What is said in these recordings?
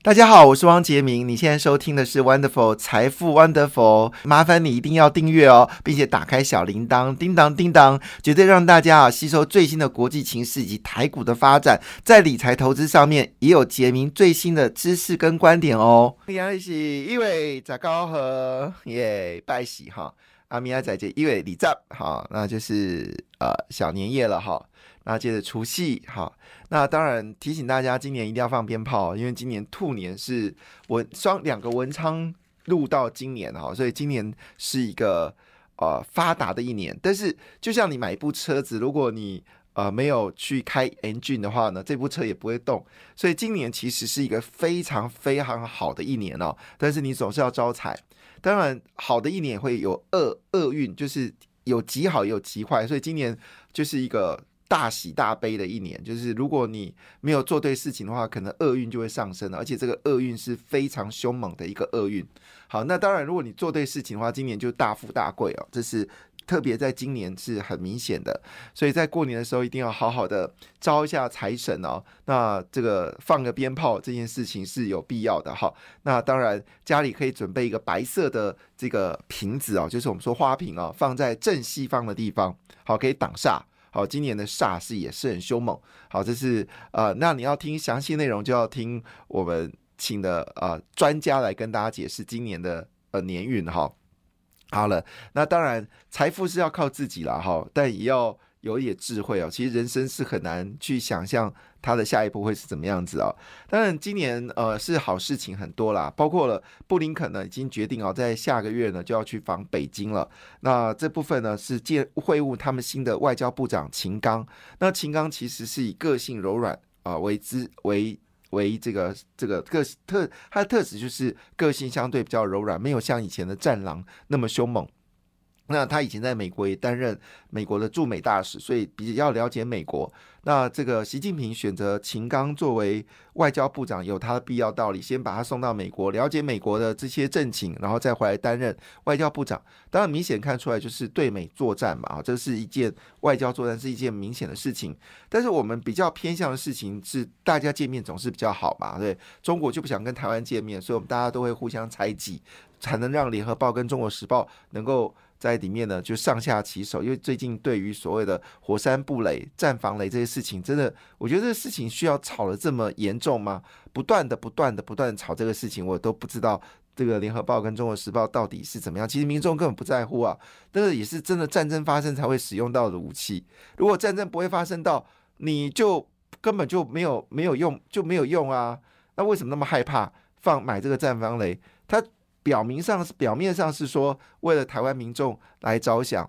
大家好，我是汪杰明，你现在收听的是 Wonderful 财富 Wonderful， 麻烦你一定要订阅哦，并且打开小铃铛，叮当叮当，绝对让大家吸收最新的国际情势以及台股的发展，在理财投资上面也有杰明最新的知识跟观点哦。杨是因为早高和耶拜喜哈，阿米亚仔姐因为礼赞好，那就是小年夜了哈。那接着除夕好，那当然提醒大家今年一定要放鞭炮，因为今年兔年是两个文昌入到今年哈，所以今年是一个发达的一年。但是就像你买一部车子，如果你没有去开 engine 的话呢，这部车也不会动。所以今年其实是一个非常非常好的一年哦，但是你总是要招财。当然好的一年会有厄运，就是有极好也有极坏，所以今年就是一个大喜大悲的一年，就是如果你没有做对事情的话，可能厄运就会上升了，而且这个厄运是非常凶猛的一个厄运。好，那当然如果你做对事情的话，今年就大富大贵哦，这是特别在今年是很明显的，所以在过年的时候一定要好好的招一下财神哦。那这个放个鞭炮这件事情是有必要的哈。那当然家里可以准备一个白色的这个瓶子哦，就是我们说花瓶哦，放在正西方的地方，好，可以挡煞。好，今年的煞是也是很凶猛。好，这是那你要听详细内容，就要听我们请的专家来跟大家解释今年的年运哈。好了，那当然财富是要靠自己啦哈，但也要有一点智慧哦。其实人生是很难去想象他的下一步会是怎么样子哦。当然今年是好事情很多啦，包括了布林肯呢已经决定哦，在下个月呢就要去访北京了。那这部分呢是会晤他们新的外交部长秦刚。那秦刚其实是以个性柔软为这个他的特质就是个性相对比较柔软，没有像以前的战狼那么凶猛。那他以前在美国也担任美国的驻美大使，所以比较了解美国。那这个习近平选择秦刚作为外交部长有他的必要道理，先把他送到美国，了解美国的这些政情，然后再回来担任外交部长。当然明显看出来就是对美作战嘛，这是一件外交作战，是一件明显的事情。但是我们比较偏向的事情是大家见面总是比较好嘛，对，中国就不想跟台湾见面，所以我们大家都会互相猜忌，才能让联合报跟中国时报能够在里面呢就上下其手。因为最近对于所谓的火山布雷、战防雷这些事情，真的我觉得这个事情需要吵得这么严重吗？不断的吵这个事情，我都不知道这个联合报跟中国时报到底是怎么样。其实民众根本不在乎啊，这个也是真的战争发生才会使用到的武器。如果战争不会发生到，你就根本就没有用啊。那为什么那么害怕买这个战防雷？它表面上是说为了台湾民众来着想，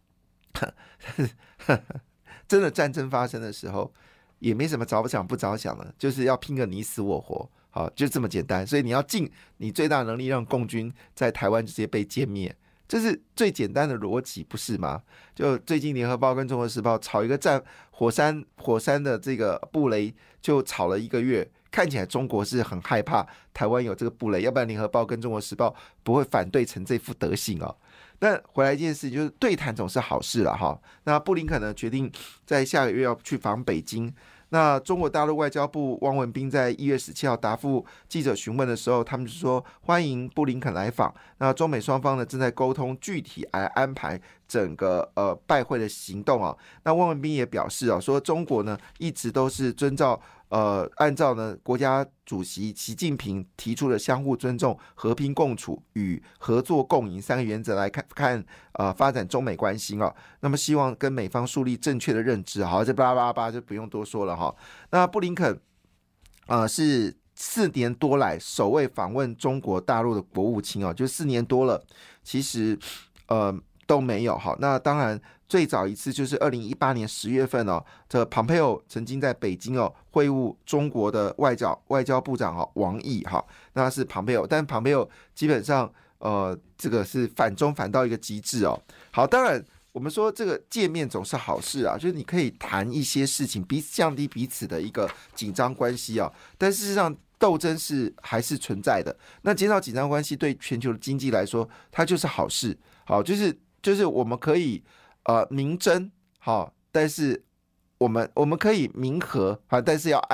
真的战争发生的时候也没什么着想不着想的，就是要拼个你死我活，好，就这么简单。所以你要尽你最大能力让共军在台湾直接被歼灭，这是最简单的逻辑，不是吗？就最近联合报跟中国时报炒一个火山的这个布雷，就炒了1个月。看起来中国是很害怕台湾有这个布雷，要不然联合报跟中国时报不会反对成这副德行哦。但回来一件事，就是对谈总是好事了哈。那布林肯呢决定在下个月要去访北京。那中国大陆外交部汪文斌在1月17号答复记者询问的时候，他们就说欢迎布林肯来访。那中美双方呢正在沟通具体来安排整个拜会的行动啊。那汪文斌也表示啊，说中国呢一直都是按照呢国家主席习近平提出的相互尊重、和平共处与合作共赢3个原则来看发展中美关系啊。那么希望跟美方树立正确的认知，好，这巴拉巴拉巴拉就不用多说了哈。那布林肯是4年多来首位访问中国大陆的国务卿就4年多了，其实都没有。好，那当然最早一次就是2018年10月份这Pompeo曾经在北京会晤中国的外交部长王毅那是Pompeo，但Pompeo基本上这个是反中反到一个极致好，当然我们说这个见面总是好事就是你可以谈一些事情，降低彼此的一个紧张关系但事实上斗争还是存在的。那减少紧张关系对全球的经济来说，它就是好事。好，就是我们可以明争好，但是我们可以明和但是要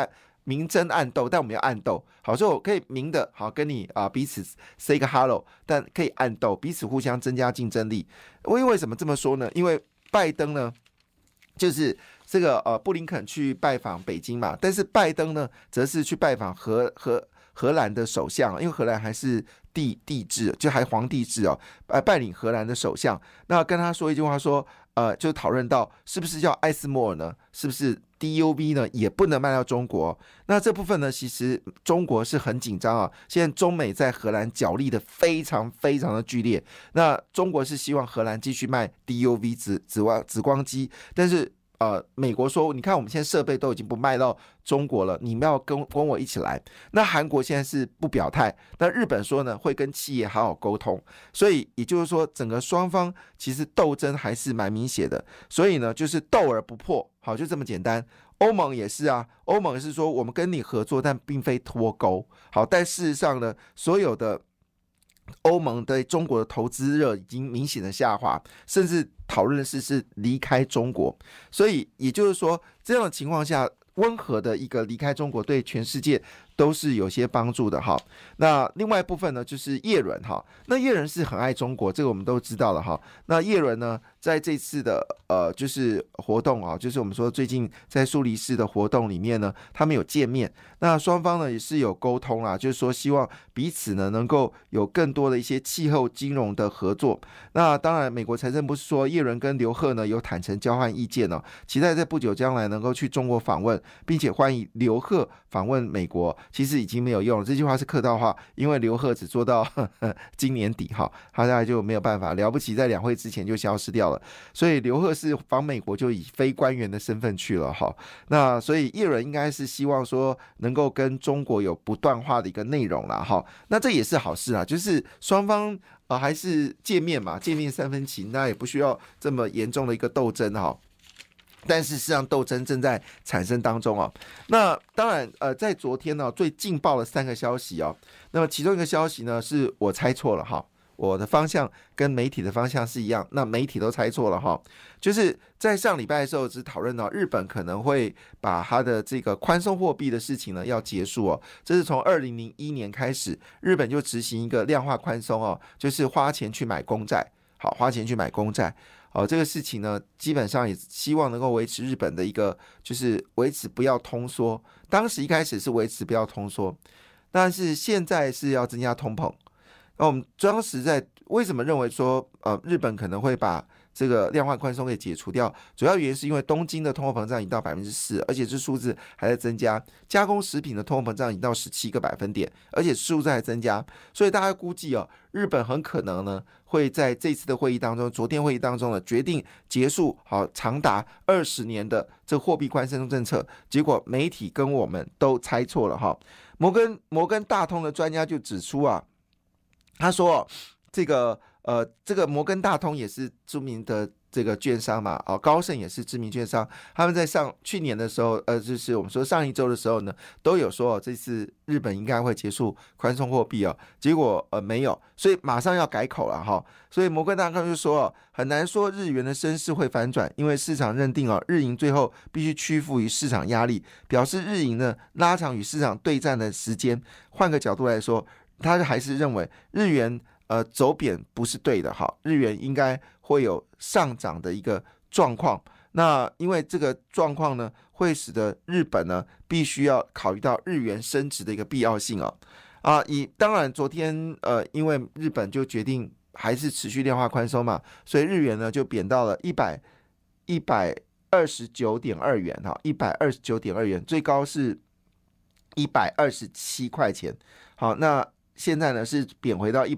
明争暗斗，但我们要暗斗。好，所以我可以明的好跟你彼此 say 个 hello， 但可以暗斗，彼此互相增加竞争力。为什么这么说呢？因为拜登呢，就是这个布林肯去拜访北京嘛，但是拜登呢，则是去拜访荷兰的首相，因为荷兰还是帝制，就还皇帝制拜领荷兰的首相，那跟他说一句话说，就讨论到是不是叫艾斯摩尔呢？是不是 DUV 呢也不能卖到中国？那这部分呢，其实中国是很紧张现在中美在荷兰角力的非常非常的剧烈，那中国是希望荷兰继续卖 DUV 紫光机，但是美国说，你看我们现在设备都已经不卖到中国了，你们要跟我一起来。那韩国现在是不表态，那日本说呢，会跟企业好好沟通。所以也就是说，整个双方其实斗争还是蛮明显的。所以呢，就是斗而不破，好，就这么简单。欧盟也是欧盟也是说我们跟你合作，但并非脱钩。好，但事实上呢，所有的欧盟对中国的投资热已经明显的下滑，甚至讨论的是离开中国。所以也就是说，这样的情况下，温和的一个离开中国对全世界都是有些帮助的哈。那另外一部分呢，就是叶伦哈。那叶伦是很爱中国，这个我们都知道了哈。那叶伦呢，在这次的就是活动就是我们说最近在苏黎世的活动里面呢，他们有见面。那双方呢也是有沟通就是说希望彼此呢能够有更多的一些气候金融的合作。那当然，美国财政部说叶伦跟刘鹤呢有坦诚交换意见期待在不久将来能够去中国访问，并且欢迎刘鹤访问美国。其实已经没有用了，这句话是客套话，因为刘鹤只做到今年底他大概就没有办法，了不起在两会之前就消失掉了，所以刘鹤是访美国就以非官员的身份去了那所以叶伦应该是希望说能够跟中国有不断化的一个内容啦那这也是好事就是双方还是见面嘛，见面三分情，那也不需要这么严重的一个斗争但是事实上斗争正在产生当中那当然在昨天最劲爆的3个消息那么其中一个消息呢是我猜错了我的方向跟媒体的方向是一样，那媒体都猜错了就是在上礼拜的时候只讨论到日本可能会把它的这个宽松货币的事情呢要结束这是从2001年开始，日本就执行一个量化宽松就是花钱去买公债，花钱去买公债这个事情呢，基本上也希望能够维持日本的一个，就是维持不要通缩。当时一开始是维持不要通缩，但是现在是要增加通膨。那我们当时在为什么认为说，日本可能会把这个量化宽松给解除掉？主要原因是因为东京的通货膨胀已经到 4%， 而且这数字还在增加。加工食品的通貨膨脹已經到17個百分點，而且數字還增加，所以大家估計日本很可能呢會在這次的會議當中，昨天會議當中呢決定結束長達20年的這個貨幣寬鬆政策。結果媒體跟我們都猜錯了摩根大通的專家就指出他說這個摩根大通也是著名的這個券商嘛，高盛也是知名券商，他們在去年的時候，就是我們說上一周的時候呢，都有說這次日本應該會結束寬鬆貨幣結果沒有，所以馬上要改口了所以摩根大通就說很難說日元的升勢會反轉，因為市場認定日銀最後必須屈服於市場壓力，表示日銀呢拉長與市場對戰的時間。換個角度來說，他還是認為日元走貶不是對的日元應該會有上漲的一個狀況。那因為這個狀況呢，會使得日本呢必須要考慮到日元升值的一個必要性當然昨天因為日本就決定還是持續量化寬鬆嘛，所以日元呢就貶到了129.2元129.2元，最高是127塊錢。好，那現在呢是貶回到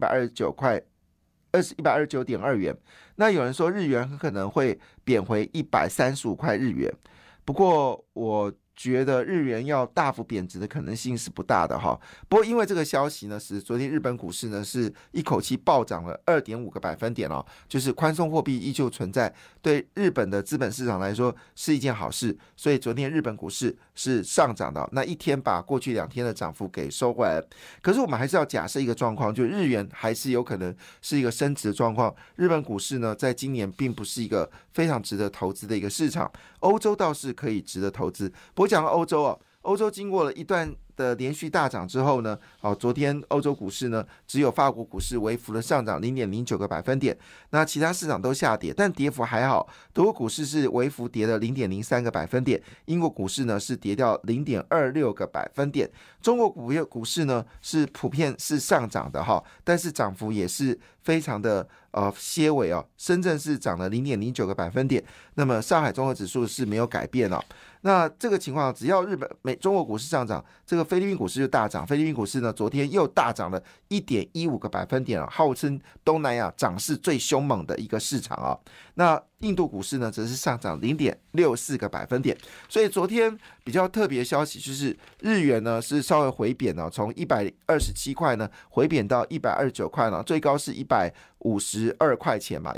129.2元。那有人說日元很可能會貶回135塊日元，不過我覺得日元要大幅貶值的可能性是不大的不過因為這個消息呢，使昨天日本股市呢是一口氣暴漲了2.5個百分點就是寬鬆貨幣依舊存在，對日本的資本市場來說是一件好事，所以昨天日本股市是上漲的，那一天把過去2天的漲幅給收回來。可是我們還是要假設一個狀況，就日元還是有可能是一個升值的狀況。日本股市呢在今年並不是一個非常值得投資的一個市場，歐洲倒是可以值得投資。我講到歐洲欧洲经过了一段的连续大涨之后呢，昨天欧洲股市呢，只有法国股市微幅的上涨0.09个百分点，那其他市场都下跌，但跌幅还好。德国股市是微幅跌了0.03个百分点，英国股市呢是跌掉0.26个百分点。中国股市呢是普遍是上涨的哈，但是涨幅也是非常的些微哦。深圳是涨了0.09个百分点，那么上海综合指数是没有改变哦。那这个情况，只要中国股市上涨，这个菲律宾股市就大涨。菲律宾股市呢，昨天又大涨了1.15个百分点啊，号称东南亚涨势最凶猛的一个市场啊。那印度股市呢，则是上涨0.64个百分点。所以昨天比较特别的消息就是日元呢是稍微回贬了，从127块呢回贬到129块了，最高是152块钱嘛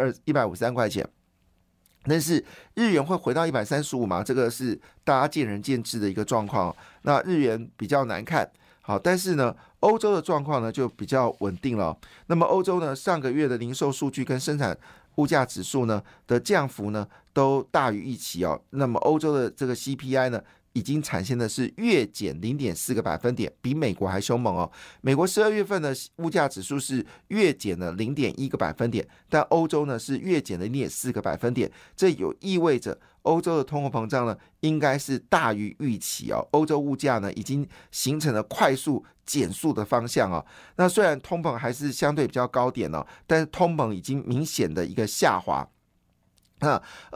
，153块钱。但是日元会回到135吗？这个是大家见仁见智的一个状况。那日元比较难看，好，但是呢，欧洲的状况呢就比较稳定了。那么欧洲呢，上个月的零售数据跟生产物价指数呢的降幅呢都大于预期哦。那么欧洲的这个 CPI 呢，已经产生的是月减0.4个百分点，比美国还凶猛哦。美国12月份的物价指数是月减了0.1个百分点，但欧洲呢是月减了0.4个百分点，这有意味着欧洲的通货膨胀呢应该是大于预期哦。欧洲物价呢已经形成了快速减速的方向哦。那虽然通膨还是相对比较高点哦，但是通膨已经明显的一个下滑。那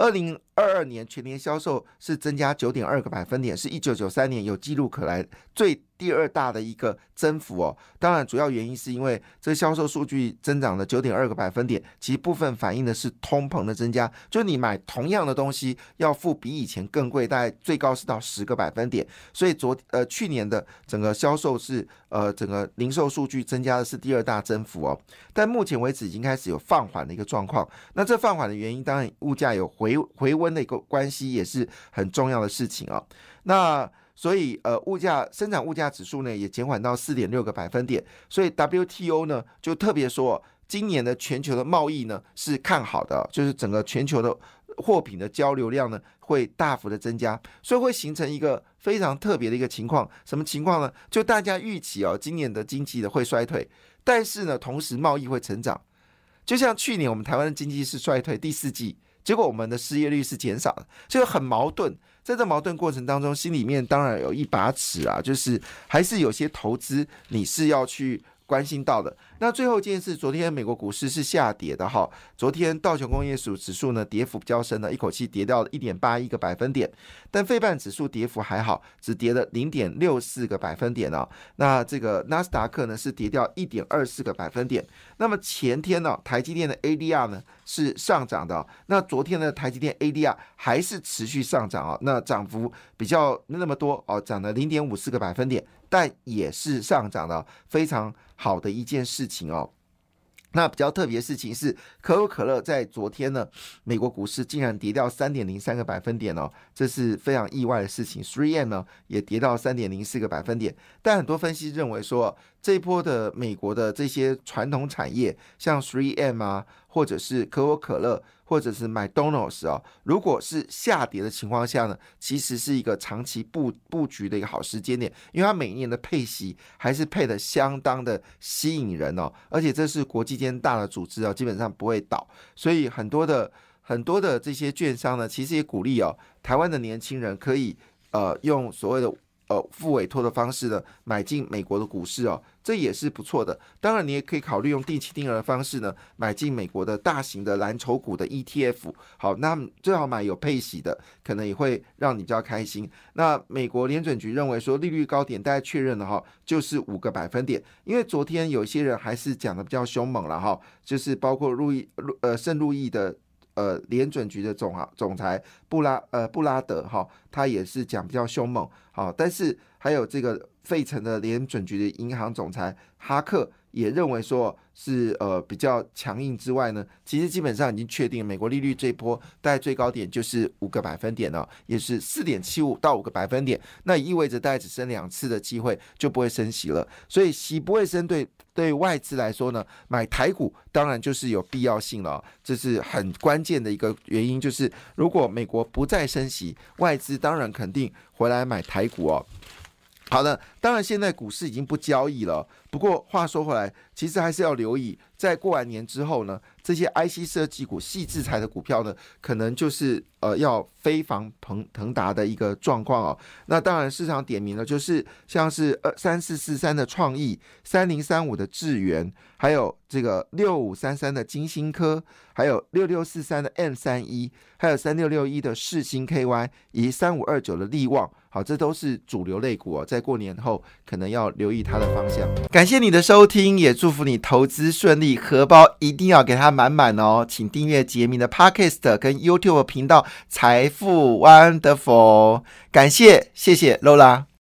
2022年全年销售是增加9.2个百分点，是1993年有记录可来第二大的一个增幅哦。当然主要原因是因为这个销售数据增长了9.2个百分点，其实部分反映的是通膨的增加，就你买同样的东西要付比以前更贵，大概最高是到10个百分点。所以去年的整个销售是整个零售数据增加的是第二大增幅哦。但目前为止已经开始有放缓的一个状况。那这放缓的原因，当然物价有回温的一个关系，也是很重要的事情哦。那所以生产物价指数呢也减缓到4.6个百分点，所以 WTO 呢就特别说，今年的全球的贸易呢是看好的，就是整个全球的货品的交流量呢会大幅的增加，所以会形成一个非常特别的一个情况。什么情况呢？就大家预期今年的经济的会衰退，但是呢同时贸易会成长。就像去年我们台湾的经济是衰退，第4季结果我们的失业率是减少的，这个很矛盾。在这矛盾过程当中，心里面当然有一把尺啊，就是还是有些投资你是要去关心到的。那最后一件事，昨天美国股市是下跌的哈。昨天道琼工业指数呢跌幅比较深的，一口气跌掉了1.81个百分点，但费半指数跌幅还好，只跌了0.64个百分点哦。那这个纳斯达克呢是跌掉1.24个百分点。那么前天呢，台积电的 ADR 呢是上涨的，那昨天的台积电 ADR 还是持续上涨哦，那涨幅比较那么多哦，涨了0.54个百分点，但也是上涨的，非常好的一件事情哦。那比较特别的事情是，可口可乐在昨天呢，美国股市竟然跌掉3.03个百分点哦，这是非常意外的事情。3M 呢也跌到3.04个百分点，但很多分析认为说，这一波的美国的这些传统产业，像 3M 啊，或者是可口可乐，或者是 McDonald's 啊，如果是下跌的情况下呢，其实是一个长期布局的一个好时间点，因为它每年的配息还是配的相当的吸引人哦，而且这是国际间大的组织哦，基本上不会倒，所以很多的这些券商呢，其实也鼓励台湾的年轻人可以用所谓的付委托的方式呢，买进美国的股市哦，这也是不错的。当然，你也可以考虑用定期定额的方式呢，买进美国的大型的蓝筹股的 ETF。好，那最好买有配息的，可能也会让你比较开心。那美国联准局认为说利率高点大概确认了哈，就是5个百分点。因为昨天有些人还是讲的比较凶猛了哈，就是包括圣路易的。联准局的总裁布拉德哈，他也是讲比较凶猛，好，但是还有这个费城的联准局的银行总裁哈克也认为说是比较强硬之外呢，其实基本上已经确定美国利率这一波大概最高点就是5个百分点了，也是 4.75 到5个百分点，那意味着大概只剩2次的机会就不会升息了，所以息不会升对外资来说呢，买台股当然就是有必要性了，这是很关键的一个原因，就是如果美国不再升息，外资当然肯定回来买台股哦。好的，当然现在股市已经不交易了，不过话说回来，其实还是要留意，在过完年之后呢，这些 IC 设计股、细制材的股票呢，可能就是要飞黄腾达的一个状况哦。那当然市场点名了，就是像是3443的创意、3035的智原，还有这个6533的金星科，还有6643的 M31，还有3661的世新 KY， 以及3529的力旺。好，这都是主流类股哦，在过年后可能要留意它的方向。感谢你的收听，也祝福你投资顺利，荷包一定要给它满满哦。请订阅杰明的 Podcast 跟 YouTube 频道财富 Wonderful。感谢，谢谢 Lola。